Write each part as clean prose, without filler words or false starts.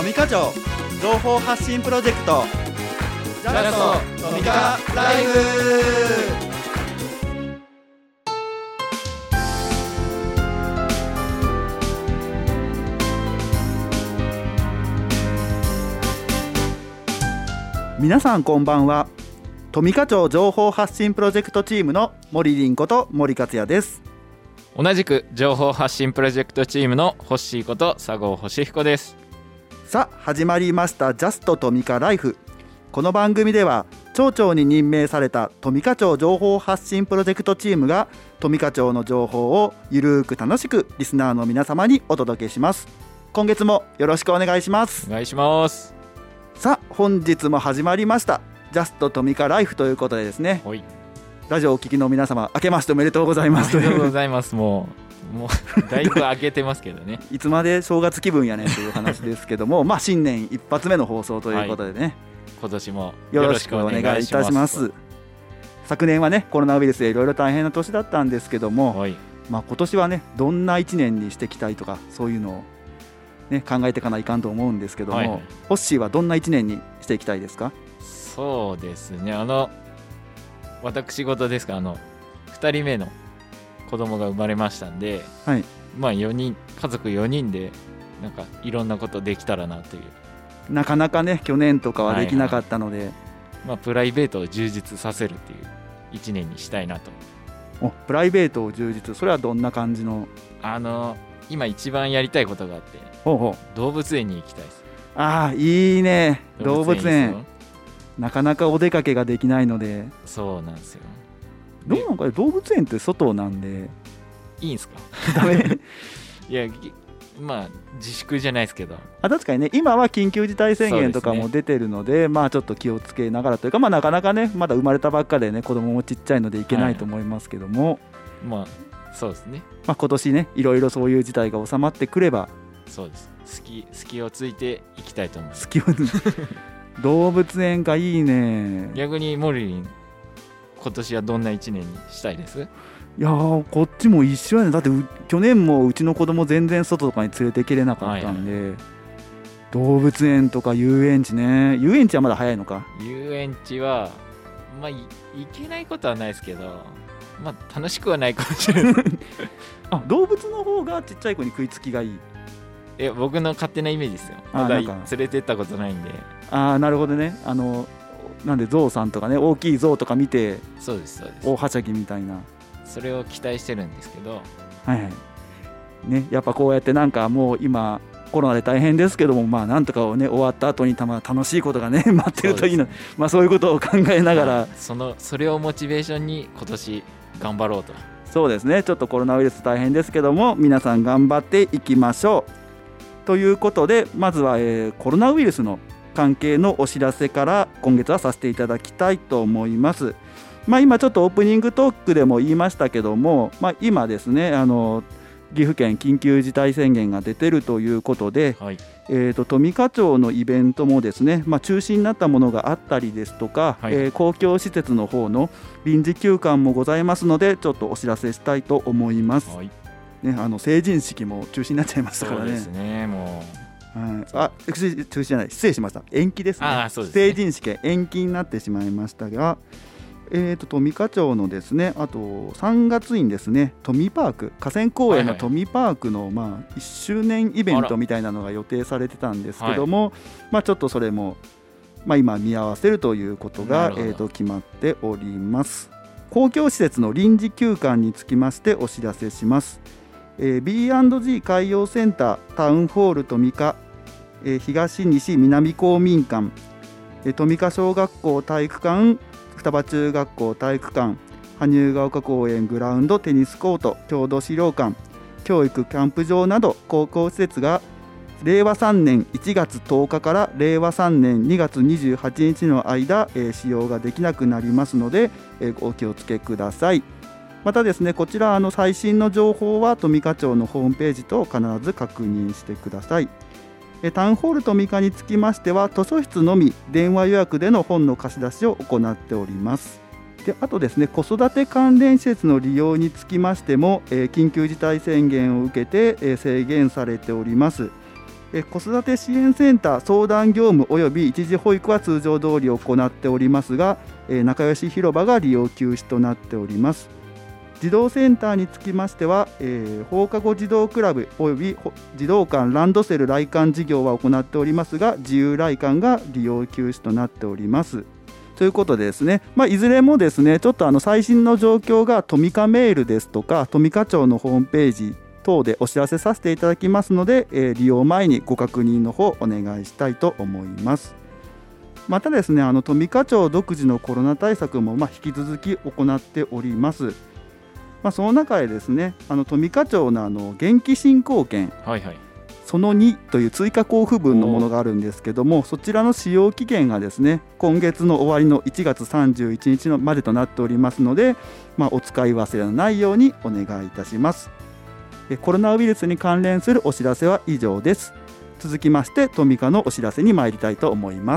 富加町情報発信プロジェクトジャスト富加ライフ。皆さんこんばんは。富加町情報発信プロジェクトチームの森凛こと森克也です。 同じく情報発信プロジェクトチームのホッシーこと佐合星彦です。 さあ始まりましたジャスト富加ライフ。この番組では町長に任命された富加町情報発信プロジェクトチームが富加町の情報をゆるく楽しくリスナーの皆様にお届けします。今月もよろしくお願いします。 お願いします。 さあ本日も始まりましたジャスト富加ライフということでですね、ラジオをお聞きの皆様明けましておめでとうございます。 おめでとうございます。もうだいぶ明けてますけどねいつまで正月気分やねんという話ですけどもまあ新年一発目の放送ということでね、 今年もよろしくお願いいたします。昨年はねコロナウイルスでいろいろ大変な年だったんですけども、まあ、今年はねどんな1年にしていきたいとかそういうのを、ね、考えていかないかんと思うんですけども、ホッシーはどんな1年にしていきたいですか？ そうですね、私事ですか、2人目の子供が生まれましたんで、まあ4人家族4人でなんかいろんなことできたらなという。 なかなかね去年とかはできなかったので、 まあ、プライベートを充実させるっていう1年にしたいなと。 プライベートを充実、それはどんな感じの？ 今一番やりたいことがあって、動物園に行きたいです。 ああいいね、動物園なかなかお出かけができないので。そうなんですよ。どうなんか動物園って外なんでいいんすか？ ダメいやまあ自粛じゃないですけど、 確かにね今は緊急事態宣言とかも出てるの で、まあちょっと気をつけながらというか、まあなかなかねまだ生まれたばっかでね子供もちっちゃいのでいけないと思いますけども、 まあそうですね、 まあ、今年ねいろいろそういう事態が収まってくれば、 そうです、隙をついていきたいと思います。 動物園かいいね。 逆にモリリン今年はどんな1年にしたいです？ いやこっちも一緒やね。だって去年もうちの子供全然外とかに連れてきれなかったんで、動物園とか遊園地ね。遊園地はまだ早いのか。 遊園地はまあいけないことはないですけど、まあ楽しくはないかもしれない動物の方がちっちゃい子に食いつきがいい。 僕の勝手なイメージですよ。まだ連れてったことないんで。なるほどね。なんでゾウさんとかね大きいゾウとか見て、 そうです大はしゃぎみたいな、 それを期待してるんですけど、 ね、やっぱこうやってなんかもう今コロナで大変ですけども、まあなんとかをね終わった後に楽しいことがね待ってるといいの、まあそういうことを考えながら、 それをモチベーションに今年頑張ろうと。 そうですね、ちょっとコロナウイルス大変ですけども皆さん頑張っていきましょうということで、まずは、コロナウイルスの関係のお知らせから今月はさせていただきたいと思います。まあ、今ちょっとオープニングトークでも言いましたけども、まあ、今ですね岐阜県緊急事態宣言が出てるということで、富加町のイベントもですね、まあ、中止になったものがあったりですとか、公共施設の方の臨時休館もございますのでちょっとお知らせしたいと思います。成人式も中止になっちゃいましたからね。 そうですね、もう中止じゃない、失礼しました、延期ですね。 そうですね、 成人式延期になってしまいましたが、富加町のですねあと3月にですね富パーク河川公園の富パークの、まあ、1周年イベントみたいなのが予定されてたんですけども、まあ、ちょっとそれも、まあ、今見合わせるということが、決まっております。公共施設の臨時休館につきましてお知らせします。B&G 海洋センタータウンホール富加、東西南公民館、富加小学校体育館、双葉中学校体育館、羽生が丘公園グラウンドテニスコート、郷土資料館、教育キャンプ場など公共施設が令和3年1月10日から令和3年2月28日の間、使用ができなくなりますので、お気をつけください。またですねこちら最新の情報は富加町のホームページと必ず確認してください。タウンホール富加につきましては図書室のみ電話予約での本の貸し出しを行っております。であとですね子育て関連施設の利用につきましても、緊急事態宣言を受けて、制限されております。 子育て支援センター相談業務および一時保育は通常通り行っておりますが、仲良し広場が利用休止となっております。児童センターにつきましては、放課後児童クラブおよび児童館ランドセル来館事業は行っておりますが、自由来館が利用休止となっておりますということでですね、いずれもですねちょっと最新の状況がトミカメールですとかトミカ庁のホームページ等でお知らせさせていただきますので、利用前にご確認の方お願いしたいと思います。またですねトミカ庁独自のコロナ対策も引き続き行っております。その中でですねトミカ庁の元気振興券、その2という追加交付分のものがあるんですけども、そちらの使用期限がですね今月の終わりの1月31日までとなっておりますので、お使い忘れのないようにお願いいたします。コロナウイルスに関連するお知らせは以上です。続きましてトミカのお知らせに参りたいと思います。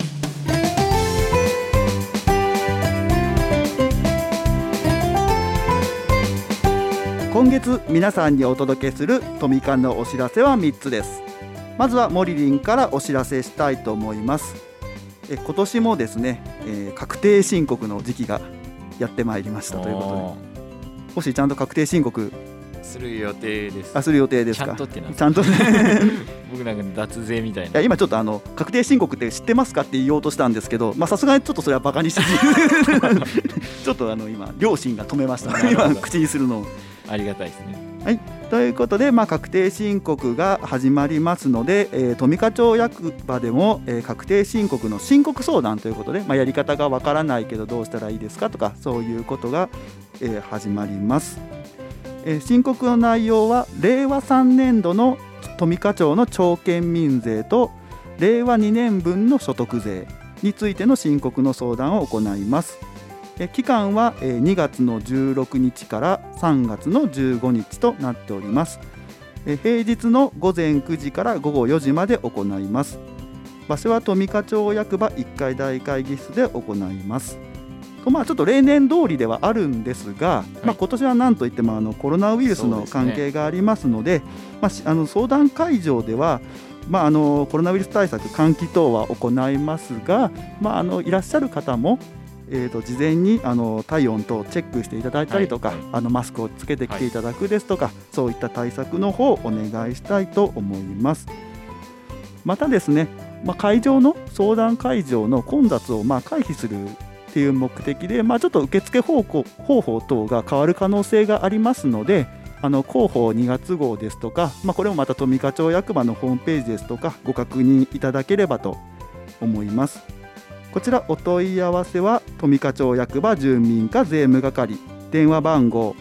今月皆さんにお届けするトミカのお知らせは3つです。まずはモリリンからお知らせしたいと思います。今年もですね、確定申告の時期がやってまいりましたということで、もしちゃんと確定申告する予定です。 する予定ですか。 ちゃんとってなちゃんとね僕なんか脱税みたいな。 今ちょっと確定申告って知ってますかって言おうとしたんですけど、さすがにちょっとそれはバカにしてちょっと今両親が止めましたね今口にするのを。 ありがたいですね。 はい、ということで、確定申告が始まりますので、トミカ庁役場でも、確定申告の申告相談ということで、やり方がわからないけどどうしたらいいですかとかそういうことが、始まります。申告の内容は令和3年度のトミカ庁の町県民税と令和2年分の所得税についての申告の相談を行います。期間は2月の16日から3月の15日となっております。平日の午前9時から午後4時まで行います。場所はトミカ庁役場1階大会議室で行います。ちょっと例年通りではあるんですが、今年は何といってもコロナウイルスの関係がありますので、相談会場ではコロナウイルス対策換気等は行いますが、いらっしゃる方も事前に体温等チェックしていただいたりとか、マスクをつけてきていただくですとか、そういった対策の方をお願いしたいと思います。またですね、会場の相談会場の混雑を回避するっていう目的で、ちょっと受付方法等が変わる可能性がありますので、広報2月号ですとか、これもまたトミカ庁役場のホームページですとかご確認いただければと思います。こちらお問い合わせはトミカ庁役場住民課税務係、電話番号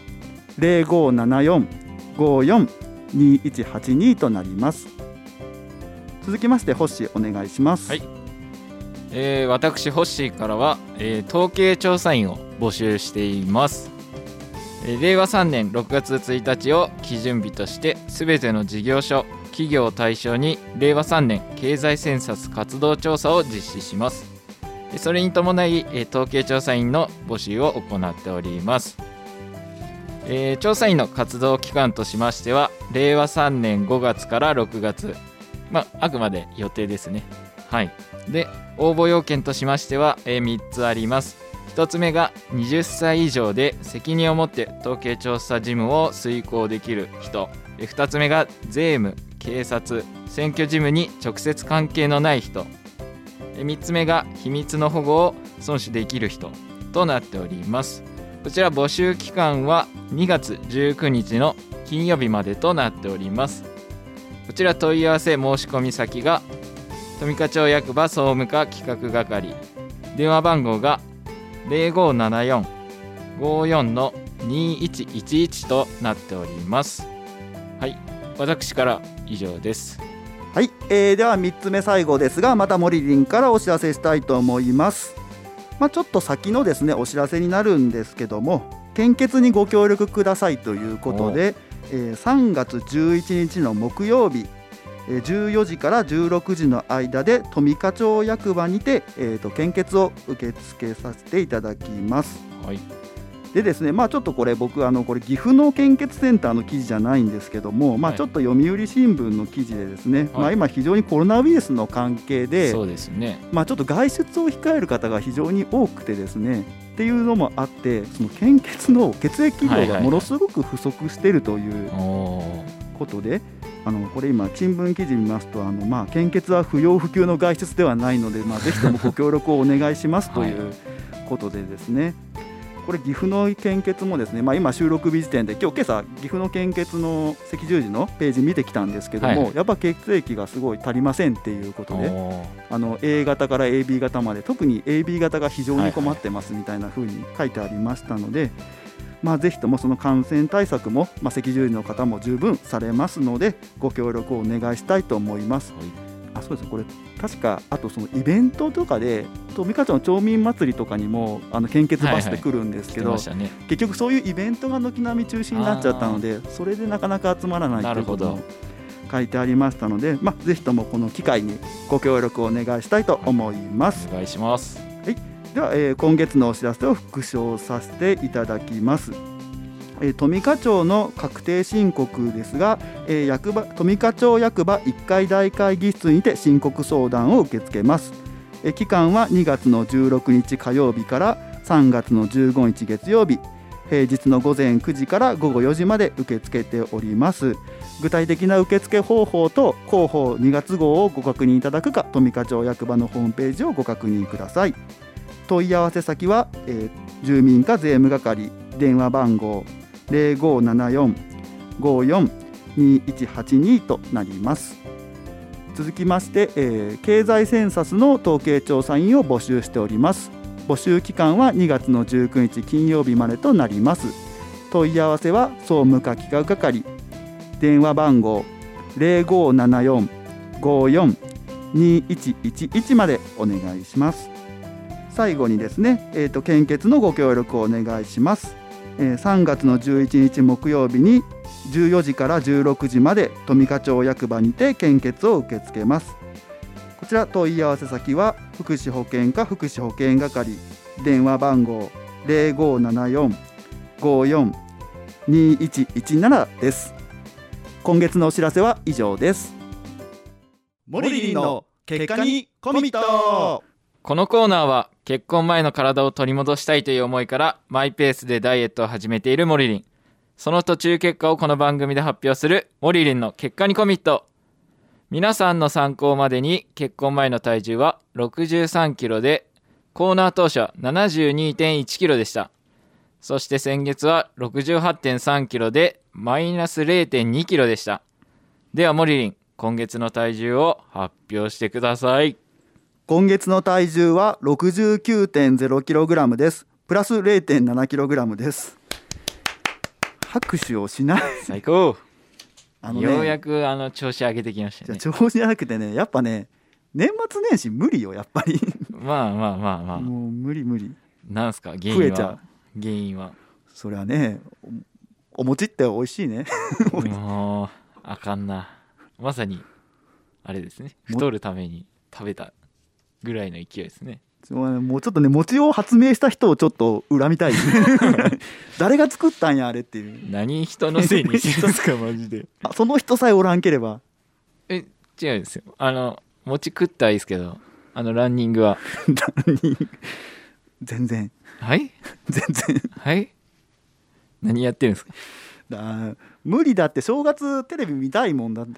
0574-542182 となります。続きましてホッシーお願いします。 はい、私ホッシーからは、統計調査員を募集しています。令和3年6月1日を基準日としてすべての事業所企業を対象に令和3年経済センサス活動調査を実施します。それに伴い、統計調査員の募集を行っております。調査員の活動期間としましては令和3年5月から6月、あくまで予定ですね。はい。で、応募要件としましては、3つあります。1つ目が20歳以上で責任を持って統計調査事務を遂行できる人。2つ目が税務、警察、選挙事務に直接関係のない人。3つ目が秘密の保護を尊重できる人となっております。こちら募集期間は2月19日の金曜日までとなっております。こちら問い合わせ申し込み先がトミカ庁役場総務課企画係、電話番号が 0574-54-2111 となっております。はい、私から以上です。 はい、では3つ目最後ですが、またモリリンからお知らせしたいと思います。ちょっと先のですねお知らせになるんですけども、献血にご協力くださいということで、3月11日の木曜日14時から16時の間でトミカ庁役場にて、献血を受け付けさせていただきます。 はい、 でですね、ちょっとこれ僕これ岐阜の献血センターの記事じゃないんですけども、ちょっと読売新聞の記事でですね、今非常にコロナウイルスの関係で、 そうですね、 ちょっと外出を控える方が非常に多くてですねっていうのもあって、その献血の血液量がものすごく不足しているということで、これ今新聞記事見ますと献血は不要不急の外出ではないので、ぜひともご協力をお願いしますということでですね、これ岐阜の献血もですね、今収録日時点で今朝岐阜の献血の赤十字のページ見てきたんですけども、やっぱ血液がすごい足りませんっていうことで、A 型から AB 型まで特に AB 型が非常に困ってますみたいな風に書いてありましたので、ぜひともその感染対策も、赤十字の方も十分されますのでご協力をお願いしたいと思います。そうです。これ確かあとそのイベントとかで富加町の町民祭りとかにも献血バスで来るんですけど、結局そういうイベントが軒並み中止になっちゃったので、それでなかなか集まらないということも書いてありましたので、ぜひともこの機会にご協力をお願いしたいと思います。 お願いします。 では、今月のお知らせを復唱させていただきます。富加町の確定申告ですが、富加町役場1階大会議室にて申告相談を受け付けます。期間は2月の16日火曜日から3月の15日月曜日、平日の午前9時から午後4時まで受け付けております。具体的な受付方法と広報2月号をご確認いただくか、富加町役場のホームページをご確認ください。問い合わせ先は、住民課税務係、電話番号0574-54-2182となります。続きまして、経済センサスの統計調査員を募集しております。募集期間は2月の19日金曜日までとなります。問い合わせは総務課企画係、電話番号0574-54-2111までお願いします。最後にですね、献血のご協力をお願いします。3月の11日木曜日に14時から16時まで富加町役場にて献血を受け付けます。こちら問い合わせ先は福祉保健課福祉保健係、電話番号0574-54-2117です。今月のお知らせは以上です。 モリリンの結果にコミット。 このコーナーは結婚前の体を取り戻したいという思いからマイペースでダイエットを始めているモリリン、その途中結果をこの番組で発表するモリリンの結果にコミット。皆さんの参考までに結婚前の体重は63キロで、コーナー当初は 72.1 キロでした。そして先月は 68.3 キロでマイナス 0.2 キロでした。ではモリリン、今月の体重を発表してください。 今月の体重は 69.0kg です。プラス 0.7kg です。拍手をしない。 最高。ようやく調子上げてきましたね。 調子じゃなくてね、やっぱね、年末年始無理よ、やっぱり。 まあもう無理。 なんすか原因は。増えちゃう。原因は。 そりゃね、お餅って美味しいね。 もうあかんな。まさにあれですね。太るために食べたぐらいの勢いですね。 もうちょっとね、餅を発明した人をちょっと恨みたい。誰が作ったんやあれっていう。 何人のせいにしてるんですかマジで。 その人さえおらんければ。 違うんですよ。餅食ったらいいですけど、ランニングは。 ランニング全然。 はい全然。 はい、何やってるんですか。 無理だって、正月テレビ見たいもんだって。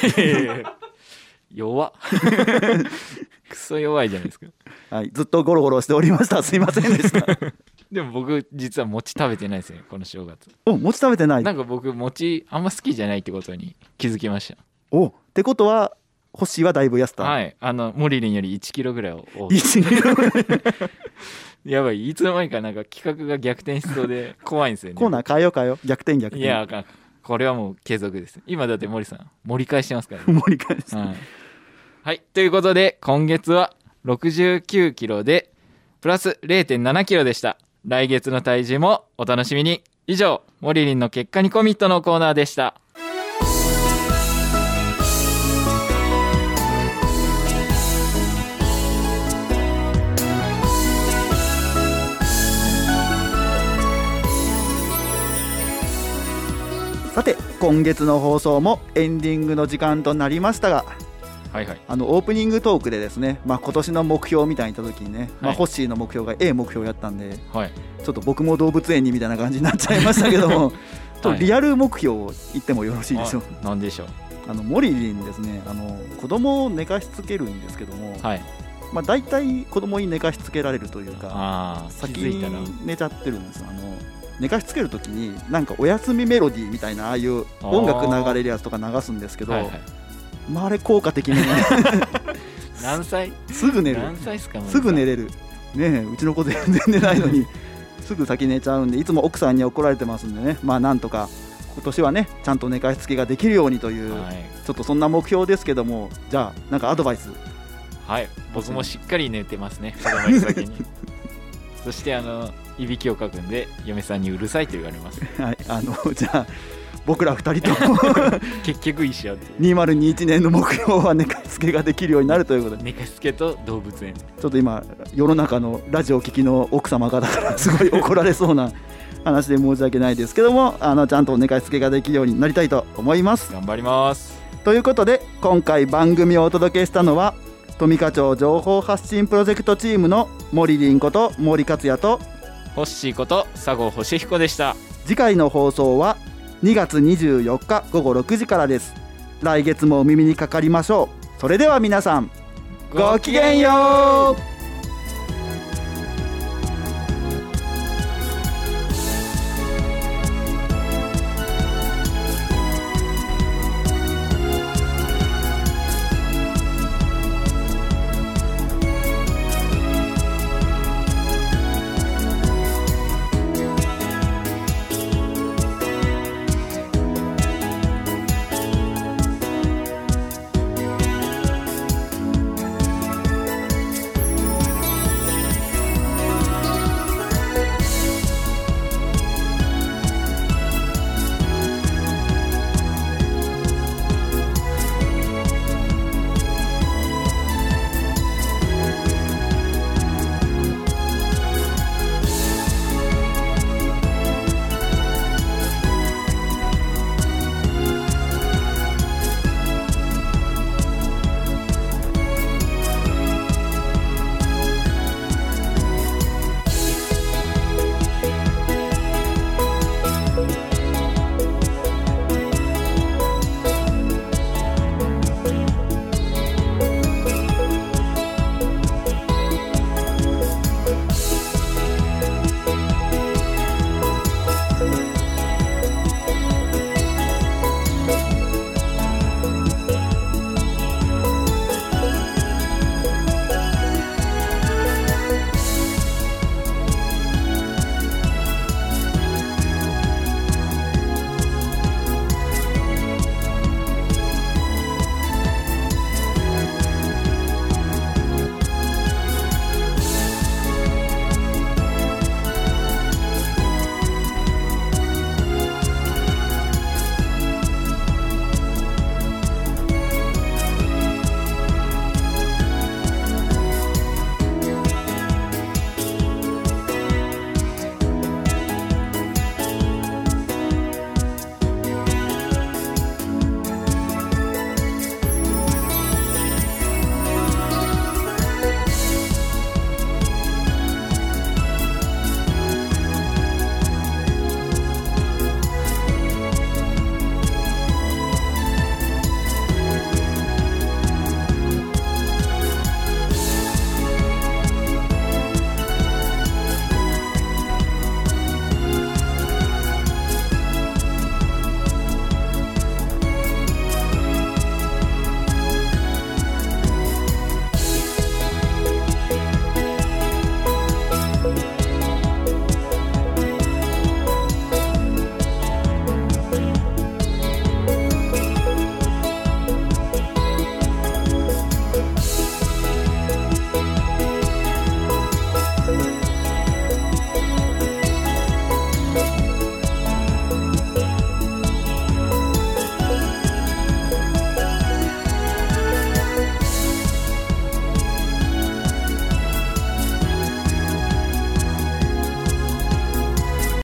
弱っ。クソ弱いじゃないですか。 はい、ずっとゴロゴロしておりました。すいませんでした。 でも僕実は餅食べてないですよ、この正月。 餅食べてない。 なんか僕餅あんま好きじゃないってことに気づきました。 ってことは星はだいぶ痩せた。 はい、モリリンより1キロぐらいを 1キロやばい、いつの間にかなんか企画が逆転しそうで怖いんですよね。 コーナー変えよう逆転。 いや、これはもう継続です。今だって森さん盛り返してますからね。 盛り返して、 はい、ということで今月は69キロでプラス 0.7 キロでした。来月の体重もお楽しみに。以上、モリリンの結果にコミットのコーナーでした。 今月の放送もエンディングの時間となりましたが、 はいはい、 オープニングトークでですね、今年の目標みたいに言った時にね、ホッシーの目標が A 目標やったんで、ちょっと僕も動物園にみたいな感じになっちゃいましたけどもリアル目標を言ってもよろしいでしょう。 何でしょう。 モリリンですね、子供を寝かしつけるんですけども、大体子供に寝かしつけられるというか、先に寝ちゃってるんですよ。寝かしつけるときになんかお休みメロディーみたいな、ああいう音楽流れるやつとか流すんですけど、あれ効果的にね何歳すぐ寝る。 何歳すか。 すぐ寝れるね。うちの子全然寝ないのにすぐ先寝ちゃうんで、いつも奥さんに怒られてますんでね、なんとか今年はねちゃんと寝かしつけができるようにという、ちょっとそんな目標ですけども、じゃあなんかアドバイス。 僕もしっかり寝てますね、子供に先にそしていびきをかくんで嫁さんにうるさいと言われますじゃあ僕ら2人とも結局一緒って 2021年の目標は寝かしつけができるようになるということで、 寝かしつけと動物園。 ちょっと今世の中のラジオ聞きの奥様方からすごい怒られそうな話で申し訳ないですけども、ちゃんと寝かしつけができるようになりたいと思います。 頑張ります。 ということで今回番組をお届けしたのは富加町情報発信プロジェクトチームの森凛こと森克也とホッシーこと佐合星彦でした。 次回の放送は2月24日午後6時からです。来月もお耳にかかりましょう。それでは皆さんごきげんよう。